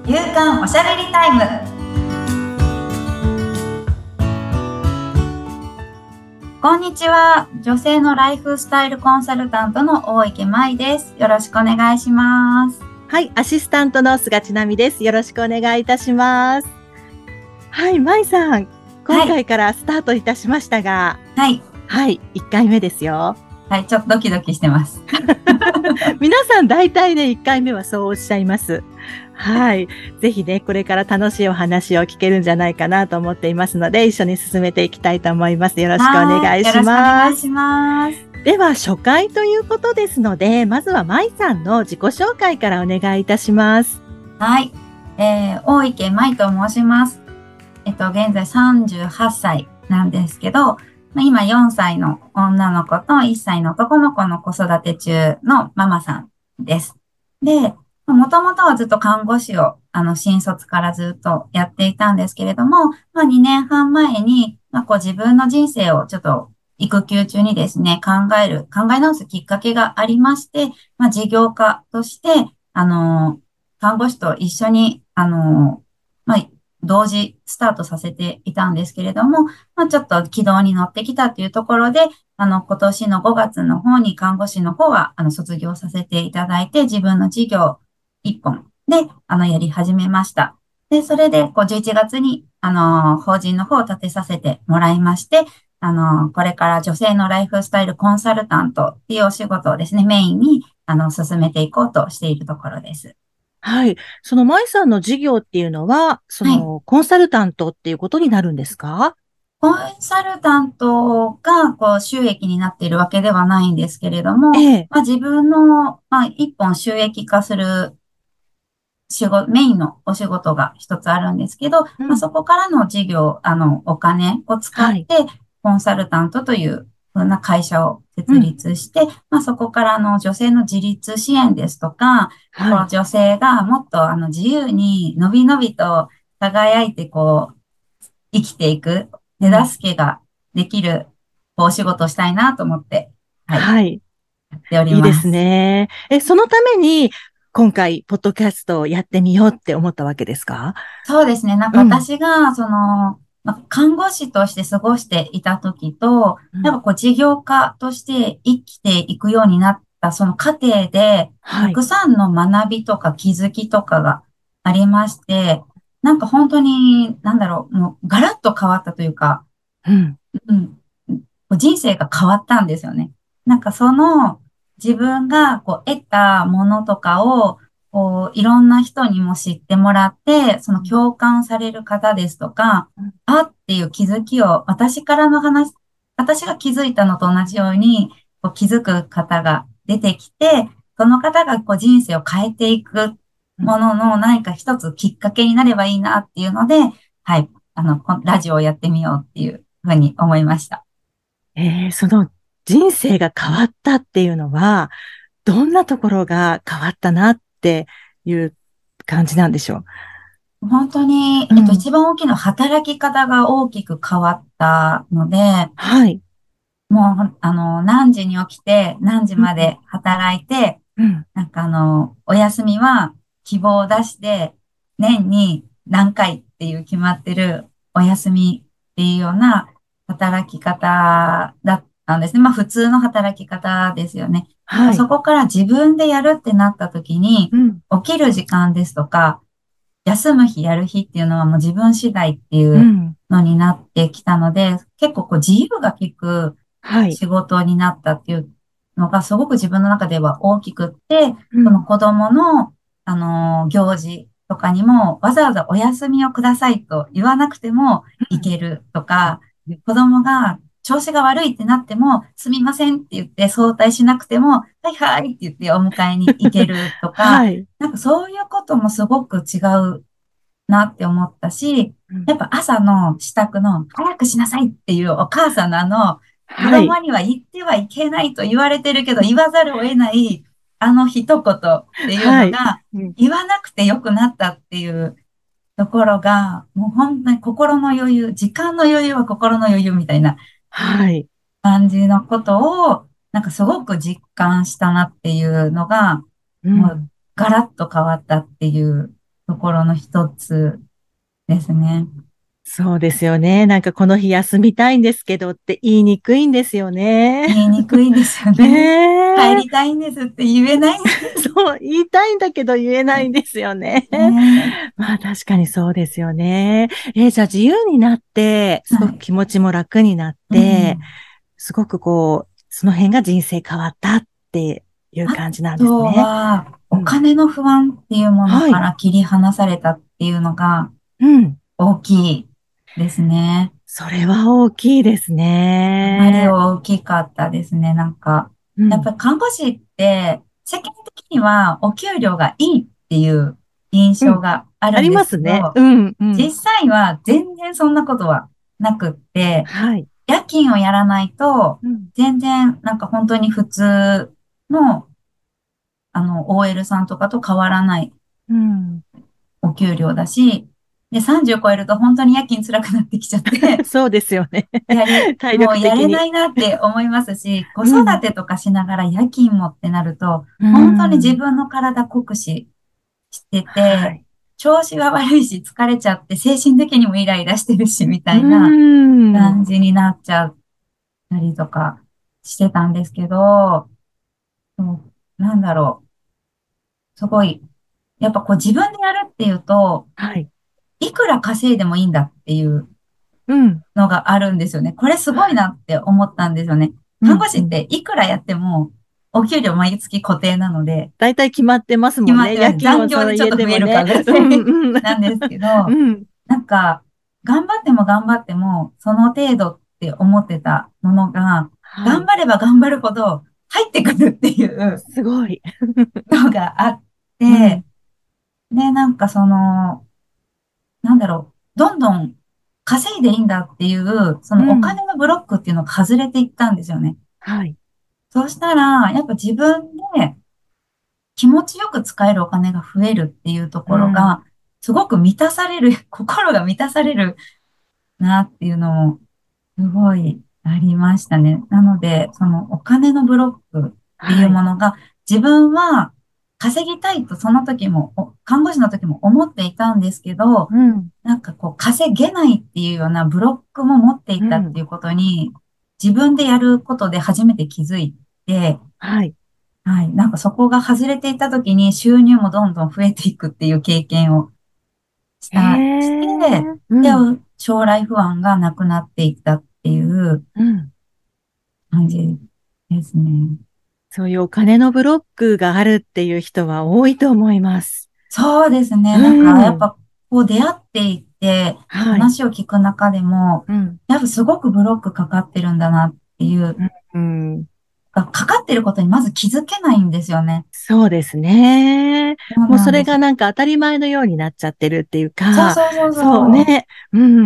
夕刊おしゃべりタイム。こんにちは。女性のライフスタイルコンサルタントの大池舞です。よろしくお願いします。 はい、アシスタントの菅千奈美です。よろしくお願いいたします。はい、舞さん、今はい。 回からスタートいたしましたが、 はい。 はい、1回目ですよ。 はい。ちょっとドキドキしてます。 皆さん大体ね、1回目はそうおっしゃいます。はい。ぜひね、これから楽しいお話を聞けるんじゃないかなと思っていますので、一緒に進めていきたいと思います。よろしくおはい。 願いしよろしくお願いします。 ます。 では、初回ということですので、まずは舞さんの自己紹介からお願いいたします。 はい。大池舞と申します。現在38歳なんですけど、今4歳の女の子と1歳の男の子の子育て中のママさんです。で、もともとはずっと看護師を、新卒からずっとやっていたんですけれども、2年半前に、こう自分の人生をちょっと育休中にですね、考え直すきっかけがありまして、事業家として、看護師と一緒に、まあ、同時スタートさせていたんですけれども、ちょっと軌道に乗ってきたというところで、今年の5月の方に看護師の方は、卒業させていただいて、自分の事業一本で、やり始めました。で、それで、11月に、法人の方を立てさせてもらいまして、これから女性のライフスタイルコンサルタントっていうお仕事をですね、メインに、進めていこうとしているところです。 はい。その舞さんの事業っていうのは、 はい。 コンサルタントっていうことになるんですか？ コンサルタントが収益になっているわけではないんですけれども、 ええ。 自分の、一本収益化するメインのお仕事が一つあるんですけど、 うん。 そこからの事業、お金を使はい。 って、コンサルタントというふうな会社を設うん。 立して、そこからの女性の自立支援ですとか、 はい。 女性がもっと自由にのびのびと輝いて生きていく手うん。 助けができるお仕事をしたいなと思って、はい、 はい。 やっておりいいですます。 ね。そのために、今回、ポッドキャストをやってみようって思ったわけですか？ そうですね。なんかうん。 私が、看護師として過ごしていた時と、 うん。 事業家として生きていくようになったその過程で、たはい。 くさんの学びとか気づきとかがありまして、なんか本当に、もうガラッと変わったというか、 うん。 うん、人生が変わったんですよね。なんかその自分が得たものとかをいろんな人にも知ってもらって、そのうん。 共感される方ですとか、 うん。 あっていう気づきを私が気づいたのと同じように気づく方が出てきて、その方が人生を変えていくうん。 ものの何か一つきっかけになればいいなっていうので、はい、ラジオをやってみようっていうふうに思いました。 その人生が変わったっていうのは、どんなところが変わったなっていう感じなんでしょう？ 本当に、 うん。 一番大きな働き方が大きく変わったので、 はい。 もう、何時に起きて、何時うん。 まで働いて、 うん。 お休みは希望を出して、年に何回っていう決まってるお休みっていうような働き方だったんですね。普通の働き方ですよね。 はい。 そこから自分でやるってなった時に、 うん。 起きる時間ですとか、休む日やる日っていうのはもう自分次第っていううん。 のになってきたので、結構自由が利くはい。 仕事になったっていうのがすごく自分の中では大きくって、 うん。 その子供の、行事とかにもわざわざお休みをくださいと言わなくてもうん。 行けるとか、子供が調子が悪いってなっても、すみませんって言って早退しなくても、はいはいって言ってお迎えに行けるとか、 はい。 なんかそういうこともすごく違うなって思ったし、 うん。 やっぱ朝の支度の早くしなさいっていうお母さんの子はい。 供には言ってはいけないと言われてるけど言わざるを得ないあの一言っていうはい。 のがうん。 言わなくてよくなったっていうところがもう本当に心の余裕、時間の余裕は心の余裕みたいなはい。 感じのことをなんかすごく実感したなっていうのがもううん。 ガラッと変わったっていう。 ところの一つですね。 そうですよね。なんかこの日休みたいんですけどって言いにくいんですよね。 言いにくいですよね。帰ねえ。 りたいんですって言えない。 そう、言いたいんだけど言えないんですよね。 ねまあ確かにそうですよね。じゃあ自由になって、 え。 すごくはい。 気持ちも楽になっうて、 ん。 すごくこう、その辺が人生変わったっていうあ感じなんですとね。 は、おうん。 金の不安っていうものはい。 から切り離されたっていうのがうん。 大きいですね。 それは大きいですかなりね。 大きかったですね。なんか、 うん。 やっぱり看護師って、世間的にはお給料がいいっていう印うん。 象があありるんですますね。 けど、 うん、うん。 実際は全然そんなことはなくって、 はい。 夜勤をやらないと、 うん。 全然なんか本当に普通の、OL さんとかと変わらないうん。 お給料だし、で、30超えると本当に夜勤辛くなってきちゃって、 そうですよね。体もうや力的に。 れないなって思いますし、子うん。 育てとかしながら夜勤もってなると、 う本当に自ん。 分の体酷使してて、 はい。 調子は悪いし疲れちゃって精神的にもイライラしてるし、みたういなん。 感じになっちゃったりとかしてたんですけど、そうなんだろう、すごい、やっぱこう自分でやるっていうと、 はい。 いくら稼いでもいいんだっていううん。 のがあるんですよね。これすごいはい。 なって思ったんですよね。看護うん。うん。 師っていくらやっても、お給料毎月固定なので、 大体決まってますもんね。 決まってます。 夜勤を残業でちょっそう入れと増えるかてもね。 ぐらいうん。うん。 なんですけど、 うん。 なんか、頑張っても頑張っても、その程度って思ってたものが、 はい。 頑張れば頑張るほど入ってくるっていうすごい。 のがあっうん。 て、で、なんかその、なんだろう、どんどん稼いでいいんだっていう、そのおうん。 金のブロックっていうのが外れていったんですよね。 はい。 そうしたら、やっぱ自分で気持ちよく使えるお金が増えるっていうとうん。 ころが、すごく満たされる、心が満たされるなっていうのも、すごいありましたね。なので、そのお金のブロックっていはい。 うものが、自分は稼ぎたいとその時も、看護師の時も思っていたんですけど、 うん。 なんかこう稼げないっていうようなブロックも持っていうん。 たっていうことに、自分でやることで初めて気づいて、 はい。 はい。なんかそこが外れていたときに収入もどんどん増えていくっていう経験をへして、 え。うで、 ん。 将来不安がなくなっていったっていううん。 感じですね。 そういうお金のブロックがあるっていう人は多いと思います。 そうですね。 うなんかやっん。 ぱこう出会っていってはい。 話を聞く中でも、 うん。 やっぱすごくブロックかかってるんだなっていう、 うん。 かかってることにまず気づけないんですよね。 そうですね。 そうもうそれなんです。 がなんか当たり前のようになっちゃってるっていうか、 そうそうそうそう。 そうね。うん、うん、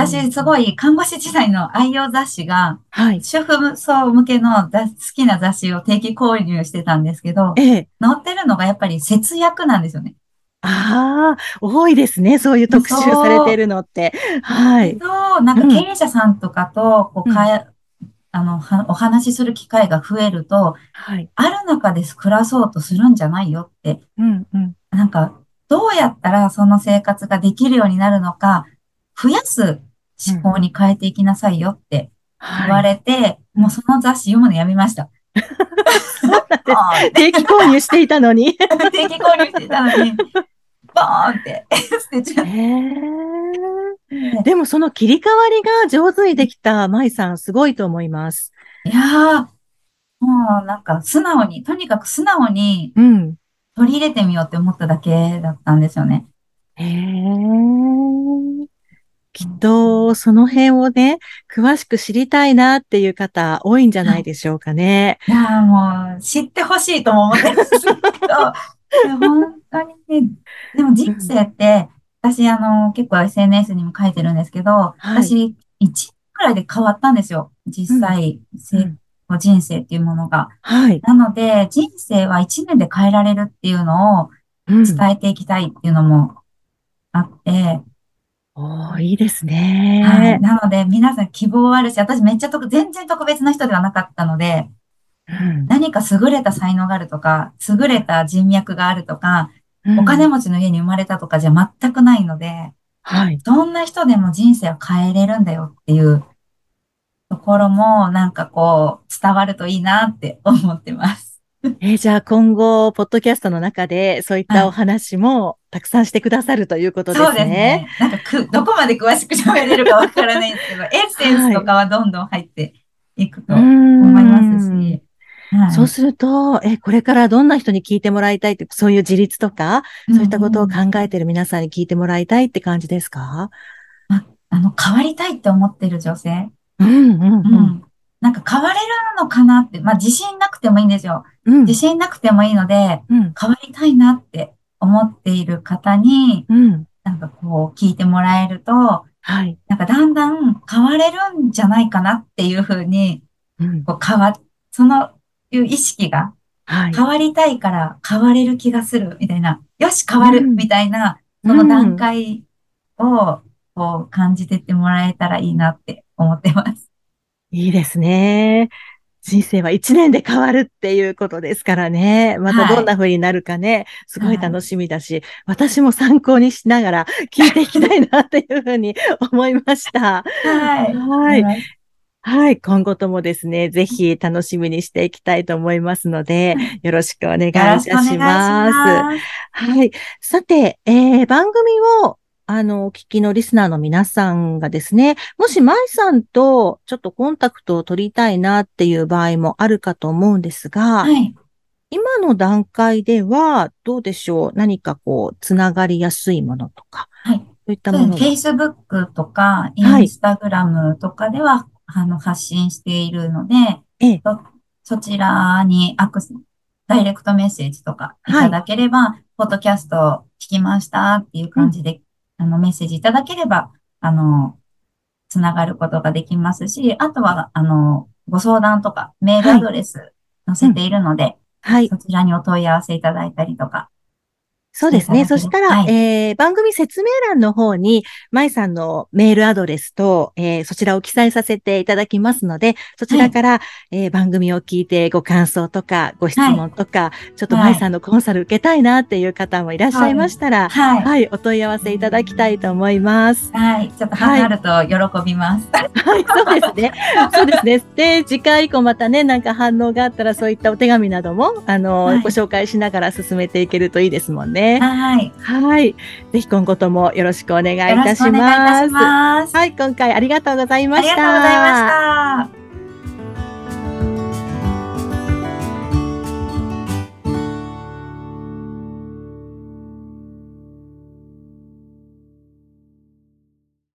うん。 私、すごい看護師時代の愛用雑誌が、 はい。 主婦層向けの好きな雑誌を定期購入してたんですけど、 ええ。 載ってるのがやっぱり節約なんですよね。 ああ、多いですね。そういう特集されてそう。 るのって。はい。 けど、なんか経うん、 営者さんとかと、こう、 うん。 お話しする機会が増えると、 はい。 ある中で暮らそうとするんじゃないよって、 うん、うん。 なんか、どうやったらその生活ができるようになるのか、増やすうん。 思考に変えていきなさいよって言わはい。 れて、 うん。 もうその雑誌読むのやめました。 そうなんです。 ボーンって定期購入していたのに。 定期購入してたのに、ボーンって捨てちゃっへえ。 て。 でもその切り替わりが上手にできた舞さん、すごいと思います。 いやー、もうなんか素直に、とにかく素直にうん。 取り入れてみようって思っただけだったんですよね。 へえ。きっそうそう。 と、その辺をね、詳しく知りたいなっていう方、多いんじゃはい。 ないでしょうかね。 いやーもう知ってほしいとも思ってるんですけど、いや本当にね、でも人うん。 生って、私結構 SNS にも書いてるんですけど、 はい。 私1年くらいで変わったんですよ。実うん。 際、 うん。 人生っていうものが。 はい。 なので、人生は1年で変えられるっていうのをうん。 伝えていきたいっていうのもあって、 おー、いいですはい。 ね。 なので、皆さん希望あるし、私めっちゃ全然特別な人ではなかったので、 うん。 何か優れた才能があるとか、優れた人脈があるとか、 お金持ちの家に生まれたとかじゃ全くないので、 はい。 どんな人でも人生を変えれるんだよっていうところも、なんかこう、伝わるといいなって思ってます。 じゃあ今後、ポッドキャストの中で、そういったおはい。 話もたくさんしてくださるということでそうすね。 ですね。なんかどこまで詳しく喋れるかわからないんですけど、エッセンスはい。 とかはどんどん入っていくうーと思いますん。 し、はい。 そうすると、これからどんな人に聞いてもらいたいって、そういう自立とか、 うんそういったことをうん。 考えている皆さんに聞いてもらいたいって感じですか？ 変わりたいって思ってる女性。 うん、うん、うん。 うん。なんか変われるのかなって、まあ自信なくてもいいんですよ。 うん、 自信なくてもいいので、 うん、 変わりたいなって思っている方に、 うん。 なんかこう聞いてもらえると、 はい。 なんかだんだん変われるんじゃないかなっていうふうに、 うん。 こうそのいう意識がはい。 変わりたいから変われる気がするみたいな、よし変わるみうん。 たいな、 うその段ん。 階をこう感じてってもらえたらいいなって思ってます。 いいですね。人生は一年で変わるっていうことですからね。またどんなはい。 風になるかね、すごいはい。 楽しみだし、私も参考にしながら聞いていきたいなっていう風に思いました。 はい。 はい。はい。今後ともですね、ぜひ楽しみにしていきたいと思いますので、よろしくお願いいよろしくおたし願いします。 ます。 はい。さて、番組を、お聞きのリスナーの皆さんがですね、もし舞さんとちょっとコンタクトを取りたいなっていう場合もあるかと思うんですが、 はい。 今の段階ではどうでしょう？何かこう、つながりやすいものとか、 はい。 そういったそうですね。 ものは？ Facebook とか、 はい。 Instagram とかでは、発信しているので、 ええ。 そそちらにダイレクトメッセージとかいはい。 ただければ、ポッドキャスト聞きましたっていううん。 感じで、メッセージいただければ、つながることができますし、あとは、ご相談とか、メールアはい。 ドレス載うん。 せているので、 はい。 そちらにお問い合わせいただいたりとかしていそうですね。 ただければ。 そしたら、 はい。 番組説明欄の方に、舞さんのメールアドレスと、そちらを記載させていただきますので、そちはい。 らから、番組を聞いてご感想とか、ご質はい。 問とか、ちょっと舞はい。 さんのコンサル受けたいなっていう方もいらっしゃいそうです。 ましたら、 はい。 はい、お問い合わせいただきたいと思います。 はい。ちょっと反はい。 応あると喜びます。 はい、そうですね。そうですね。で、次回以降またね、なんか反応があったら、そういったお手紙なども、ごはい。 紹介しながら進めていけるといいですもんね。 はい。 はい。ぜひ今後ともよろしくお願よろしくおいいたし願いいたします。 ます。 はい、今回ありがとうございましありがとうございました。 た。